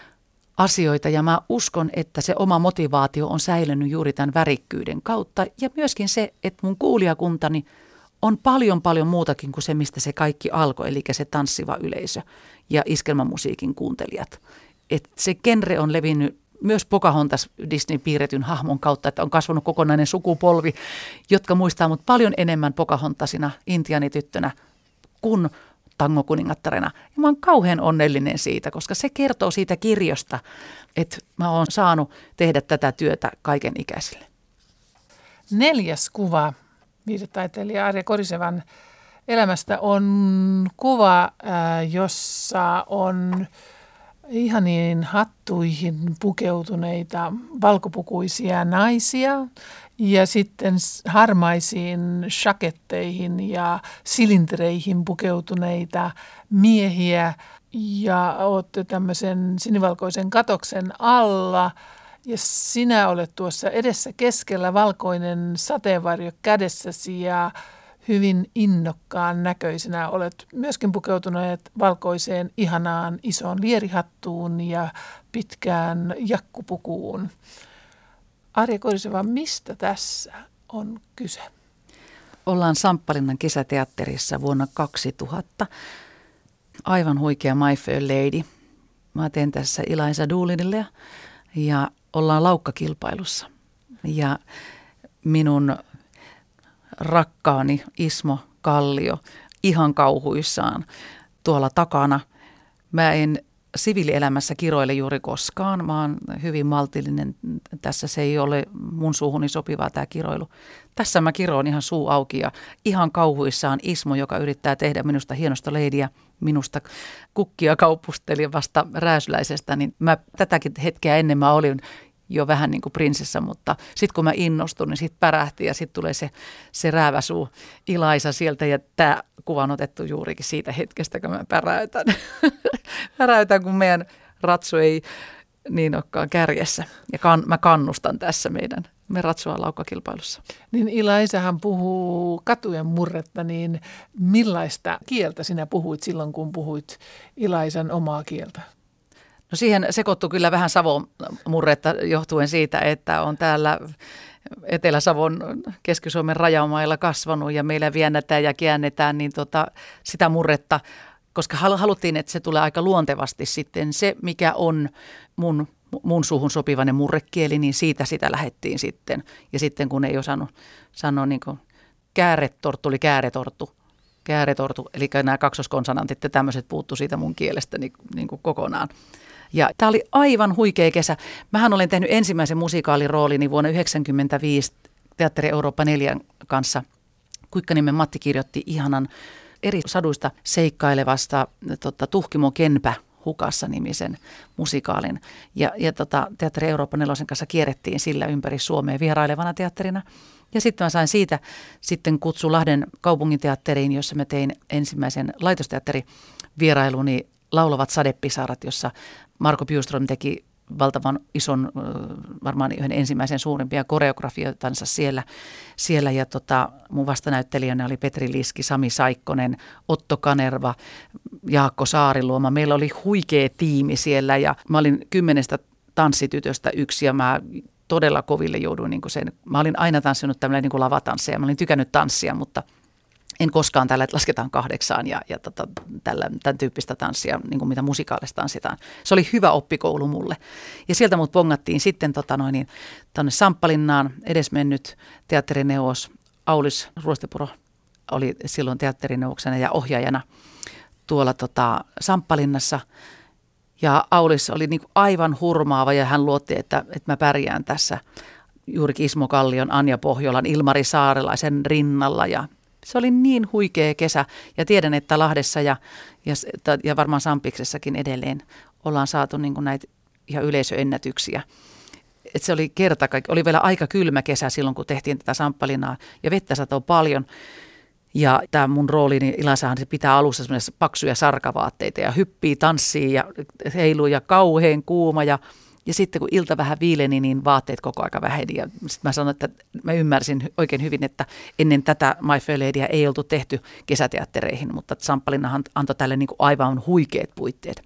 asioita ja mä uskon, että se oma motivaatio on säilynyt juuri tämän värikkyyden kautta ja myöskin se, että mun kuulijakuntani on paljon paljon muutakin kuin se, mistä se kaikki alkoi, eli se tanssiva yleisö ja iskelmämusiikin kuuntelijat. Et se genre on levinnyt myös Pocahontas Disney piirretyn hahmon kautta, että on kasvanut kokonainen sukupolvi, jotka muistaa mut paljon enemmän Pocahontasina, intiaanityttönä kuin tangokuningattarena. Ja mä oon kauhean onnellinen siitä, koska se kertoo siitä kirjosta, että mä oon saanut tehdä tätä työtä kaiken ikäisille. Neljäs kuva viihdetaiteilija Arja Korisevan elämästä on kuva, jossa on ihaniin hattuihin pukeutuneita valkopukuisia naisia ja sitten harmaisiin shaketteihin ja silintereihin pukeutuneita miehiä ja olette tämmöisen sinivalkoisen katoksen alla. Ja sinä olet tuossa edessä keskellä, valkoinen sateenvarjo kädessäsi ja hyvin innokkaan näköisenä. Olet myöskin pukeutuneet valkoiseen ihanaan isoon lierihattuun ja pitkään jakkupukuun. Arja Koriseva, mistä tässä on kyse? Ollaan Samppalinnan kesäteatterissa vuonna kaksituhatta. Aivan huikea My Fair Lady. Mä teen tässä Eliza Doolinille ja ollaan laukkakilpailussa ja minun rakkaani Ismo Kallio ihan kauhuissaan tuolla takana. Mä en siviilielämässä kiroile juuri koskaan. Mä oon hyvin maltillinen. Tässä se ei ole mun suuhuni sopivaa tämä kiroilu. Tässä mä kiroon ihan suu auki ja ihan kauhuissaan Ismo, joka yrittää tehdä minusta hienosta leidiä, minusta kukkia kaupusteli vasta rääsyläisestä, niin mä tätäkin hetkeä ennen mä olin jo vähän niin kuin prinsessa, mutta sitten kun mä innostun, niin sitten pärähti ja sitten tulee se, se rääväsuu Eliza sieltä ja tämä kuva on otettu juurikin siitä hetkestä, kun mä päräytän. päräytän, kun meidän ratsu ei niin olekaan kärjessä ja kan, mä kannustan tässä meidän me ratsua laukkakilpailussa. Niin Elizahan puhuu katujen murretta, niin millaista kieltä sinä puhuit silloin, kun puhuit Elizan omaa kieltä? No siihen sekoittui kyllä vähän Savon murretta johtuen siitä, että on täällä Etelä-Savon Keski-Suomen rajamailla kasvanut ja meillä viennetään ja käännetään niin tota, sitä murretta, koska haluttiin, että se tulee aika luontevasti sitten se, mikä on mun mun suuhun sopivainen murrekieli, niin siitä sitä lähdettiin sitten. Ja sitten kun ei osannut sanoa niin kuin kääretorttu, oli kääretorttu, kääretortu, eli nämä kaksoskonsonantit ja tämmöiset puuttu siitä mun kielestä niin, niin kuin kokonaan. Ja tämä oli aivan huikea kesä. Mähän olen tehnyt ensimmäisen musikaaliroolini vuonna yhdeksänkymmentäviisi Teatteri Eurooppa neljän kanssa. Kuikkaniemen Matti kirjoitti ihanan eri saduista seikkailevasta tota, Tuhkimo Kenpä hukassa nimisen musikaalin. Ja, ja tota, Teatteri Eurooppa nelosen kanssa kierrettiin sillä ympäri Suomea vierailevana teatterina. Ja sitten mä sain siitä sitten kutsu Lahden kaupunginteatteriin, jossa mä tein ensimmäisen laitosteatterivierailuni Laulavat sadepisarat, jossa Marko Bjuström teki valtavan ison, varmaan yhden ensimmäisen suurimpia koreografioitansa siellä. siellä ja tota, mun vastanäyttelijänä oli Petri Liski, Sami Saikkonen, Otto Kanerva, Jaakko Saariluoma. Meillä oli huikea tiimi siellä ja mä olin kymmenestä tanssitytöstä yksi ja mä todella koville jouduin niin kuin sen. Mä olin aina tanssinut tämmöinen niin kuin lavatansseja. Mä olin tykännyt tanssia, mutta en koskaan tällä, että lasketaan kahdeksaan ja, ja tota, tällä, tämän tyyppistä tanssia, niin kuin mitä musikaalista tanssitaan. Se oli hyvä oppikoulu mulle. Ja sieltä mut pongattiin sitten tota noin, niin, tuonne Samppalinnaan, edesmennyt teatterineuvos Aulis Ruostepuro oli silloin teatterineuvoksena ja ohjaajana tuolla tota, Samppalinnassa. Ja Aulis oli niin kuin aivan hurmaava ja hän luotti, että, että mä pärjään tässä juurikin Ismo Kallion, Anja Pohjolan, Ilmari Saarelaisen rinnalla ja se oli niin huikea kesä ja tiedän, että Lahdessa ja, ja, ja varmaan Sampiksessakin edelleen ollaan saatu niin kuin näitä ihan yleisöennätyksiä. Et se oli kerta kaikki, oli vielä aika kylmä kesä silloin, kun tehtiin tätä Samppalinaa ja vettä satoi paljon. Ja tämä mun rooli, niin Ilasahan se pitää alussa semmoisia paksuja sarkavaatteita ja hyppii, tanssii ja heiluu ja kauhean kuuma ja Ja sitten kun ilta vähän viileni, niin vaatteet koko aika väheni. Ja sitten mä sanoin, että mä ymmärsin oikein hyvin, että ennen tätä My Fair Ladyä ei oltu tehty kesäteattereihin, mutta Samppalinahan antoi tälle niin kuin aivan huikeat puitteet.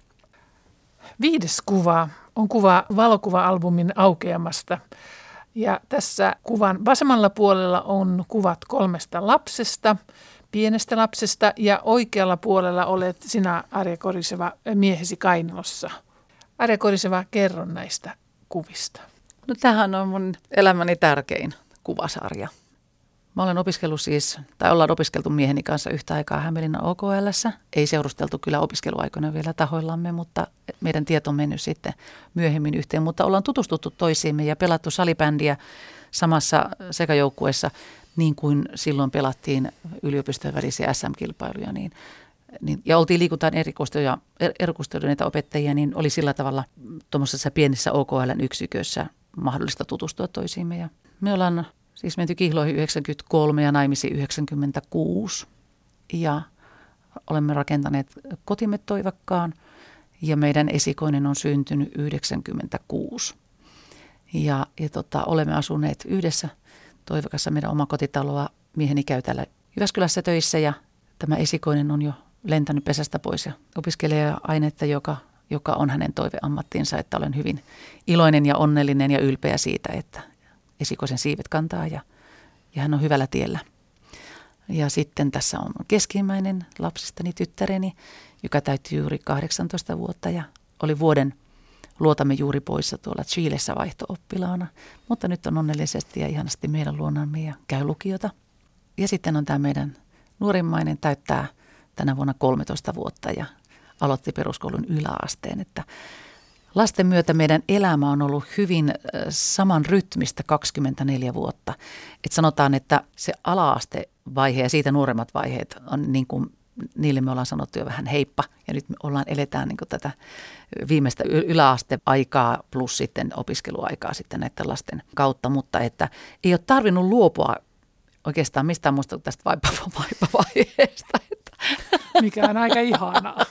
Viides kuva on kuva valokuva-albumin aukeamasta. Ja tässä kuvan vasemmalla puolella on kuvat kolmesta lapsesta, pienestä lapsesta, ja oikealla puolella olet sinä, Arja Koriseva, miehesi kainalossa. Arja Koriseva, kerro näistä kuvista. No tämähän on mun elämäni tärkein kuvasarja. Mä olen opiskellut siis, tai ollaan opiskeltu mieheni kanssa yhtä aikaa Hämeenlinnan O K L:ssä. Ei seurusteltu kyllä opiskeluaikoina vielä tahoillamme, mutta meidän tieto on mennyt sitten myöhemmin yhteen. Mutta ollaan tutustuttu toisiimme ja pelattu salibändiä samassa sekajoukkueessa, niin kuin silloin pelattiin yliopistojen välisiä S M-kilpailuja, niin Niin, ja oltiin liikuntaan erikoistuneita opettajia, niin oli sillä tavalla tuommoisessa pienessä O K L:n yksikössä mahdollista tutustua toisiimme. Ja me ollaan siis menty kihloihin yhdeksänkymmentäkolme ja naimisiin yhdeksänkymmentäkuusi ja olemme rakentaneet kotimme Toivakkaan ja meidän esikoinen on syntynyt yhdeksänkymmentäkuusi. Ja, ja tota, olemme asuneet yhdessä Toivakassa meidän oma kotitaloa. Mieheni käy täällä Jyväskylässä töissä ja tämä esikoinen on jo lentänyt pesästä pois ja opiskelee ainetta, joka, joka on hänen toiveammattinsa, että olen hyvin iloinen ja onnellinen ja ylpeä siitä, että esikoisen siivet kantaa ja, ja hän on hyvällä tiellä. Ja sitten tässä on keskimmäinen lapsistani tyttäreni, joka täytti juuri kahdeksantoista vuotta ja oli vuoden luotamme juuri poissa tuolla Chilessä vaihto-oppilaana, mutta nyt on onnellisesti ja ihanasti meidän luonamme ja käy lukiota. Ja sitten on tämä meidän nuorimmainen, täyttää tänä vuonna kolmetoista vuotta ja aloitti peruskoulun yläasteen, että lasten myötä meidän elämä on ollut hyvin saman rytmistä kaksikymmentäneljä vuotta. Et sanotaan, että se ala-astevaihe ja siitä nuoremmat vaiheet on niin kuin, niille me ollaan sanottu jo vähän heippa ja nyt me ollaan, eletään niin kuin tätä viimeistä yläasteaikaa plus sitten opiskeluaikaa sitten näiden lasten kautta, mutta että ei ole tarvinnut luopua oikeastaan mistään muusta tästä vaipavaiheesta. Mikä on aika ihanaa.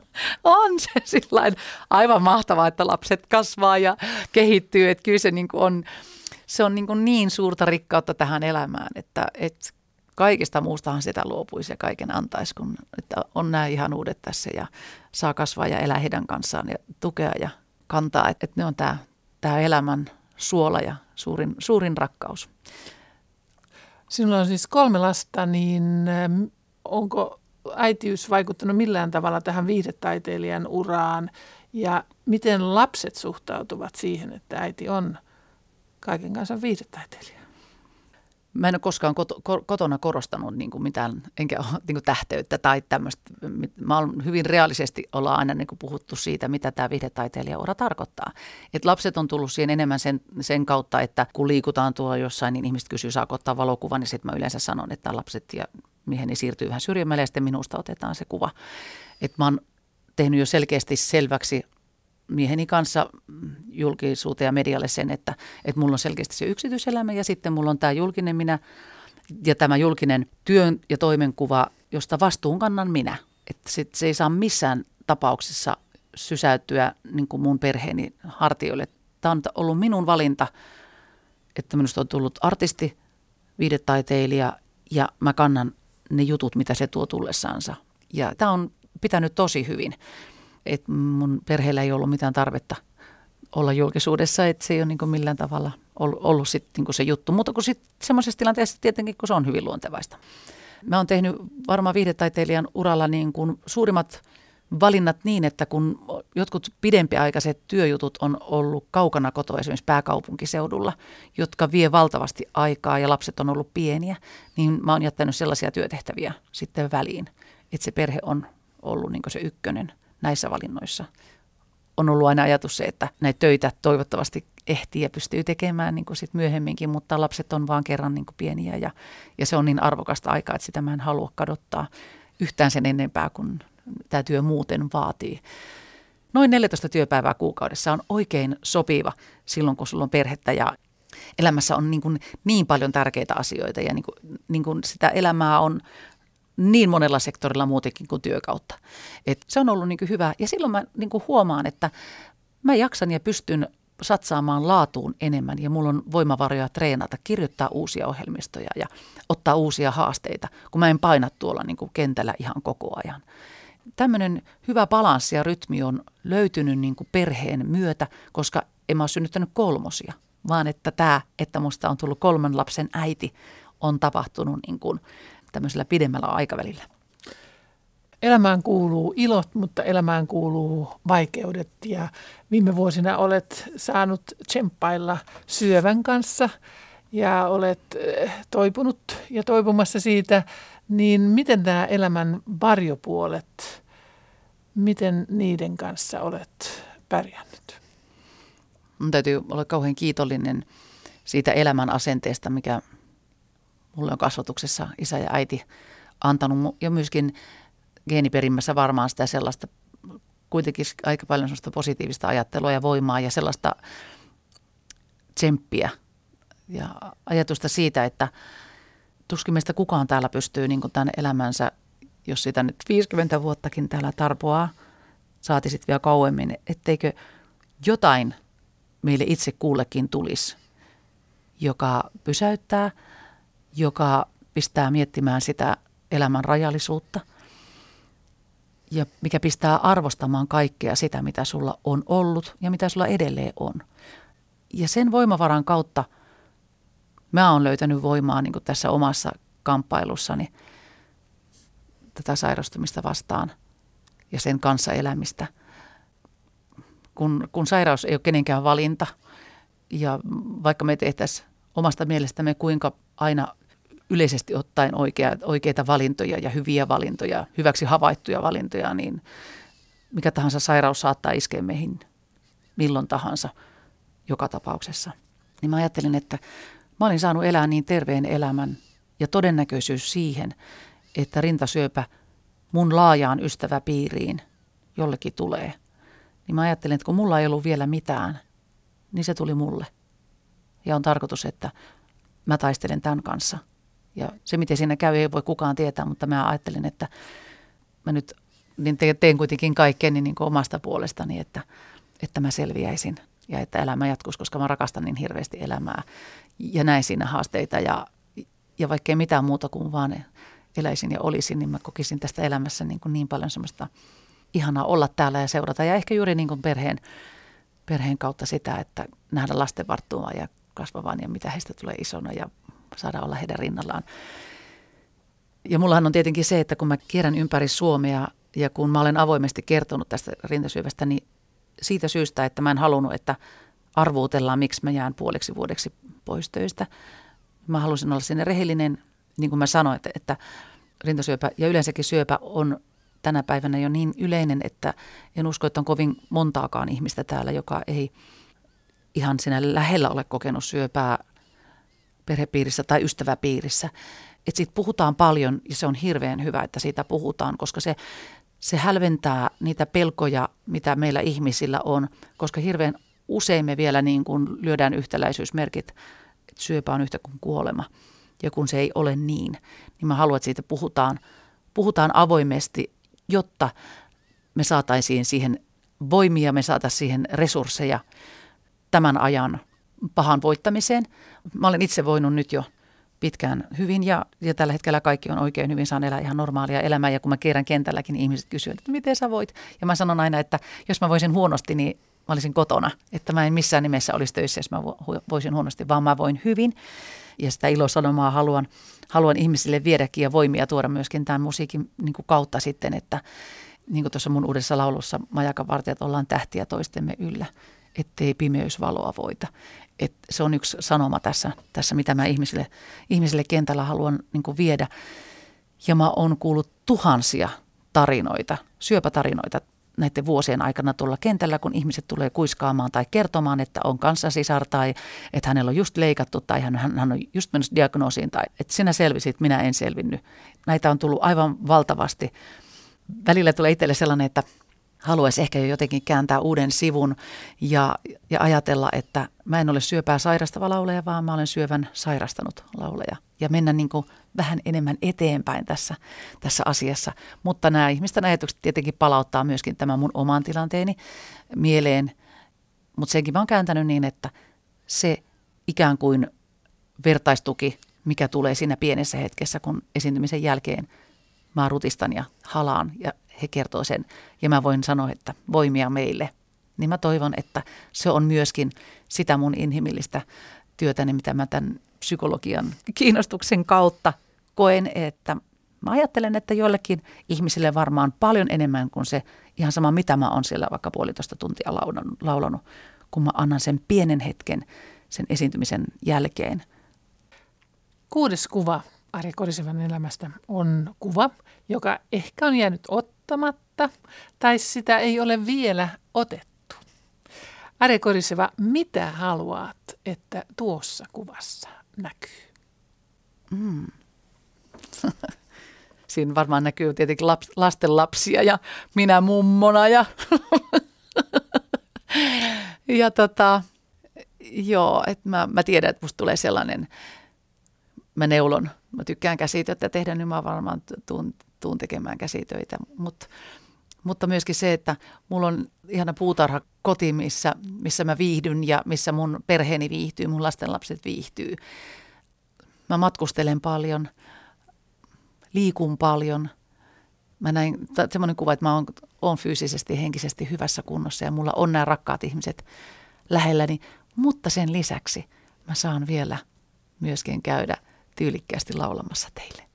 On se sillain aivan mahtavaa, että lapset kasvaa ja kehittyy. Että kyllä se niin kuin on, se on niin, kuin niin suurta rikkautta tähän elämään, että, että kaikista muustahan sitä luopuisi ja kaiken antaisi, kun että on nämä ihan uudet tässä ja saa kasvaa ja elää heidän kanssaan ja tukea ja kantaa. Että, että ne on tämä, tämä elämän suola ja suurin, suurin rakkaus. Sinulla on siis kolme lasta, niin onko äitiys vaikuttanut millään tavalla tähän viihdetaiteilijan uraan Ja miten lapset suhtautuvat siihen, että äiti on kaiken kanssa viihdetaiteilija? Mä en ole koskaan kotona korostanut niin kuin mitään, enkä ole niin kuin tähteyttä tai tämmöistä. Mä olen hyvin reaalisesti ollaan aina niin kuin puhuttu siitä, mitä tämä viihdetaiteilijaura tarkoittaa. Et lapset on tullut siihen enemmän sen, sen kautta, että kun liikutaan tuolla jossain, niin ihmiset kysyy, saako ottaa valokuvan, niin sitten mä yleensä sanon, että lapset ja mieheni siirtyy vähän syrjemmälle ja sitten minusta otetaan se kuva. Et mä oon tehnyt jo selkeästi selväksi mieheni kanssa julkisuuteen ja medialle sen, että, että mulla on selkeästi se yksityiselämä ja sitten mulla on tämä julkinen minä ja tämä julkinen työn ja toimenkuva, josta vastuun kannan minä. Että sit se ei saa missään tapauksessa sysäytyä niin kuin mun perheeni hartioille. Tämä on ollut minun valinta, että minusta on tullut artisti, viihdetaiteilija ja mä kannan ne jutut, mitä se tuo tullessaansa. Ja tämä on pitänyt tosi hyvin. Että mun perheellä ei ollut mitään tarvetta olla julkisuudessa, että se ei ole niin kuin millään tavalla ollut, ollut sit niin kuin se juttu. Mutta kun sitten semmoisessa tilanteessa tietenkin, kun se on hyvin luontevaista. Mä oon tehnyt varmaan viihdetaiteilijan uralla niin kuin suurimmat valinnat niin, että kun jotkut pidempiaikaiset työjutut on ollut kaukana kotoa, esimerkiksi pääkaupunkiseudulla, jotka vie valtavasti aikaa ja lapset on ollut pieniä, niin mä oon jättänyt sellaisia työtehtäviä sitten väliin, että se perhe on ollut niin kuin se ykkönen näissä valinnoissa. On ollut aina ajatus se, että näitä töitä toivottavasti ehtii ja pystyy tekemään niin kuin sit myöhemminkin, mutta lapset on vaan kerran niin kuin pieniä ja, ja se on niin arvokasta aikaa, että sitä mä en halua kadottaa yhtään sen enempää kuin tämä työ muuten vaatii. Noin neljätoista työpäivää kuukaudessa on oikein sopiva silloin, kun sulla on perhettä ja elämässä on niin, kuin niin paljon tärkeitä asioita ja niin kuin, niin kuin sitä elämää on niin monella sektorilla muutenkin kuin työkautta. Et se on ollut niin kuin hyvä ja silloin mä niin kuin huomaan, että mä jaksan ja pystyn satsaamaan laatuun enemmän ja mulla on voimavaroja treenata, kirjoittaa uusia ohjelmistoja ja ottaa uusia haasteita, kun mä en paina tuolla niin kuin kentällä ihan koko ajan. Tämmöinen hyvä balanssi ja rytmi on löytynyt niin kuin perheen myötä, koska en mä ole synnyttänyt kolmosia, vaan että tämä, että musta on tullut kolmen lapsen äiti, on tapahtunut niin kuin tämmöisellä pidemmällä aikavälillä. Elämään kuuluu ilot, mutta elämään kuuluu vaikeudet ja viime vuosina olet saanut tsemppailla syövän kanssa ja olet toipunut ja toipumassa siitä, niin miten nämä elämän varjopuolet, miten niiden kanssa olet pärjännyt? Mun täytyy olla kauhean kiitollinen siitä elämän asenteesta, mikä mulle on kasvatuksessa isä ja äiti antanut ja myöskin geeniperimässä varmaan sitä sellaista kuitenkin aika paljon sellaista positiivista ajattelua ja voimaa ja sellaista tsemppiä ja ajatusta siitä, että tuskin meistä kukaan täällä pystyy niin kuin tämän elämänsä, jos sitä nyt viisikymmentä vuottakin täällä tarpoaa, saati sitten vielä kauemmin, etteikö jotain meille itse kullekin tulisi, joka pysäyttää, joka pistää miettimään sitä elämän rajallisuutta ja mikä pistää arvostamaan kaikkea sitä, mitä sulla on ollut ja mitä sulla edelleen on. Ja sen voimavaran kautta mä oon löytänyt voimaa niin kuin tässä omassa kamppailussani tätä sairastumista vastaan ja sen kanssa elämistä. Kun, kun sairaus ei ole kenenkään valinta ja vaikka me tehtäisiin omasta mielestämme kuinka aina yleisesti ottaen oikea, oikeita valintoja ja hyviä valintoja, hyväksi havaittuja valintoja, niin mikä tahansa sairaus saattaa iskeä meihin milloin tahansa joka tapauksessa. Niin mä ajattelin, että mä olin saanut elää niin terveen elämän ja todennäköisyys siihen, että rintasyöpä mun laajaan ystäväpiiriin jollekin tulee. Niin mä ajattelin, että kun mulla ei ollut vielä mitään, niin se tuli mulle. Ja on tarkoitus, että mä taistelen tämän kanssa. Ja se, miten siinä käy, ei voi kukaan tietää, mutta mä ajattelin, että mä nyt niin teen kuitenkin kaikkeni niin kuin omasta puolestani, että, että mä selviäisin ja että elämä jatkuisi, koska mä rakastan niin hirveästi elämää ja näin siinä haasteita. Ja, ja vaikkei mitään muuta kuin vaan eläisin ja olisin, niin mä kokisin tästä elämässä niin, kuin niin paljon semmoista ihanaa olla täällä ja seurata. Ja ehkä juuri niin kuin perheen, perheen kautta sitä, että nähdä lasten varttumaan ja kasvavan ja mitä heistä tulee isona ja saada olla heidän rinnallaan. Ja mullahan on tietenkin se, että kun mä kierrän ympäri Suomea ja kun mä olen avoimesti kertonut tästä rintasyövästä, niin siitä syystä, että mä en halunnut, että arvuutellaan, miksi mä jään puoleksi vuodeksi pois töistä. Mä halusin olla sinne rehellinen, niin kuin mä sanoin, että, että rintasyöpä ja yleensäkin syöpä on tänä päivänä jo niin yleinen, että en usko, että on kovin montaakaan ihmistä täällä, joka ei ihan siinä lähellä ole kokenut syöpää perhepiirissä tai ystäväpiirissä. Että siitä puhutaan paljon ja se on hirveän hyvä, että siitä puhutaan, koska se, se hälventää niitä pelkoja, mitä meillä ihmisillä on, koska hirveän usein me vielä niin kuin lyödään yhtäläisyysmerkit, että syöpä on yhtä kuin kuolema. Ja kun se ei ole niin, niin mä haluan, että siitä puhutaan, puhutaan avoimesti, jotta me saataisiin siihen voimia, me saataisiin siihen resursseja tämän ajan pahan voittamiseen. Mä olen itse voinut nyt jo pitkään hyvin ja, ja tällä hetkellä kaikki on oikein hyvin, saan elää ihan normaalia elämää. Ja kun mä kierrän kentälläkin, niin ihmiset kysyvät, että miten sä voit? Ja mä sanon aina, että jos mä voisin huonosti, niin mä olisin kotona. Että mä en missään nimessä olisi töissä, jos mä voisin huonosti, vaan mä voin hyvin. Ja sitä ilosanomaa haluan, haluan ihmisille viedäkin ja voimia tuoda myöskin tämän musiikin niin kuin kautta sitten, että niin kuin tuossa mun uudessa laulussa Majakan vartijat ollaan tähtiä toistemme yllä, ettei pimeys valoa voita. Et se on yksi sanoma tässä, tässä mitä mä ihmisille, ihmisille kentällä haluan niin kuin viedä. Ja mä oon kuullut tuhansia tarinoita, syöpätarinoita näiden vuosien aikana tuolla kentällä, kun ihmiset tulee kuiskaamaan tai kertomaan, että on kanssasisar tai että hänellä on just leikattu tai hän, hän on just mennyt diagnoosiin tai että sinä selvisit, minä en selvinnyt. Näitä on tullut aivan valtavasti. Välillä tulee itselle sellainen, että haluaisi ehkä jo jotenkin kääntää uuden sivun ja, ja ajatella, että mä en ole syöpää sairastava laulaja, vaan mä olen syövän sairastanut laulaja. Ja mennä niin kuin vähän enemmän eteenpäin tässä, tässä asiassa. Mutta nämä ihmisten ajatukset tietenkin palauttaa myöskin tämän mun oman tilanteeni mieleen. Mutta senkin mä oon kääntänyt niin, että se ikään kuin vertaistuki, mikä tulee siinä pienessä hetkessä, kun esiintymisen jälkeen mä rutistan ja halaan ja he kertoo sen ja mä voin sanoa, että voimia meille. Niin mä toivon, että se on myöskin sitä mun inhimillistä työtäni, mitä mä tämän psykologian kiinnostuksen kautta koen, että mä ajattelen, että joillekin ihmisille varmaan paljon enemmän kuin se ihan sama, mitä mä oon siellä vaikka puolitoista tuntia laulanut, laulanut kun mä annan sen pienen hetken sen esiintymisen jälkeen. Kuudes kuva Arja Korisevan elämästä on kuva, joka ehkä on jäänyt ottamatta tai sitä ei ole vielä otettu. Arja Koriseva, mitä haluat, että tuossa kuvassa näkyy? Mm. Siinä varmaan näkyy tietenkin laps, lasten lapsia ja minä mummona ja, ja tota, joo, että mä, mä tiedän, että musta tulee sellainen, mä neulon, mä tykkään käsitöitä tehdä, niin mä varmaan tuun, tuun tekemään käsitöitä, Mut, mutta myöskin se, että mulla on ihana puutarha koti, missä, missä mä viihdyn ja missä mun perheeni viihtyy, mun lastenlapset viihtyy. Mä matkustelen paljon, liikun paljon. Mä näin semmoinen kuva, että mä oon, oon fyysisesti ja henkisesti hyvässä kunnossa ja mulla on nämä rakkaat ihmiset lähelläni, mutta sen lisäksi mä saan vielä myöskin käydä tyylikkäästi laulamassa teille.